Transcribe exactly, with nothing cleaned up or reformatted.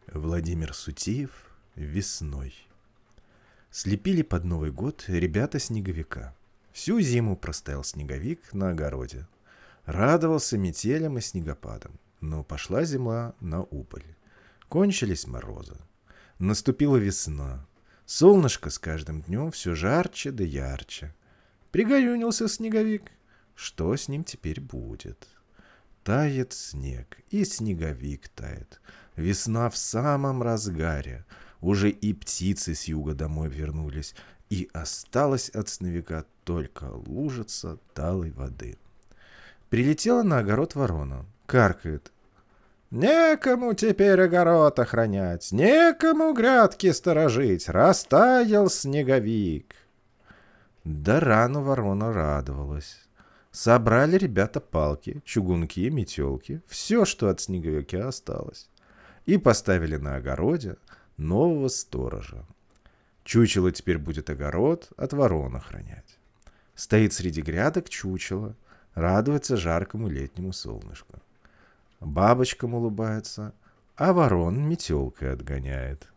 Владимир Сутиев весной. Слепили под Новый год ребята снеговика. Всю зиму простоял снеговик на огороде. Радовался метелям и снегопадам. Но пошла зима на убыль. Кончились морозы. Наступила весна. Солнышко с каждым днем все жарче да ярче. Пригорюнился снеговик. Что с ним теперь будет? Тает снег, и снеговик тает. Весна в самом разгаре. Уже и птицы с юга домой вернулись, и осталась от снеговика только лужица талой воды. Прилетела на огород ворона, каркает. «Некому теперь огород охранять, некому грядки сторожить, растаял снеговик». Да рано ворона радовалась. Собрали ребята палки, чугунки, метелки, все, что от снеговика осталось, и поставили на огороде нового сторожа. Чучело теперь будет огород от ворон охранять. Стоит среди грядок чучело, радуется жаркому летнему солнышку. Бабочкам улыбается, а ворон метелкой отгоняет.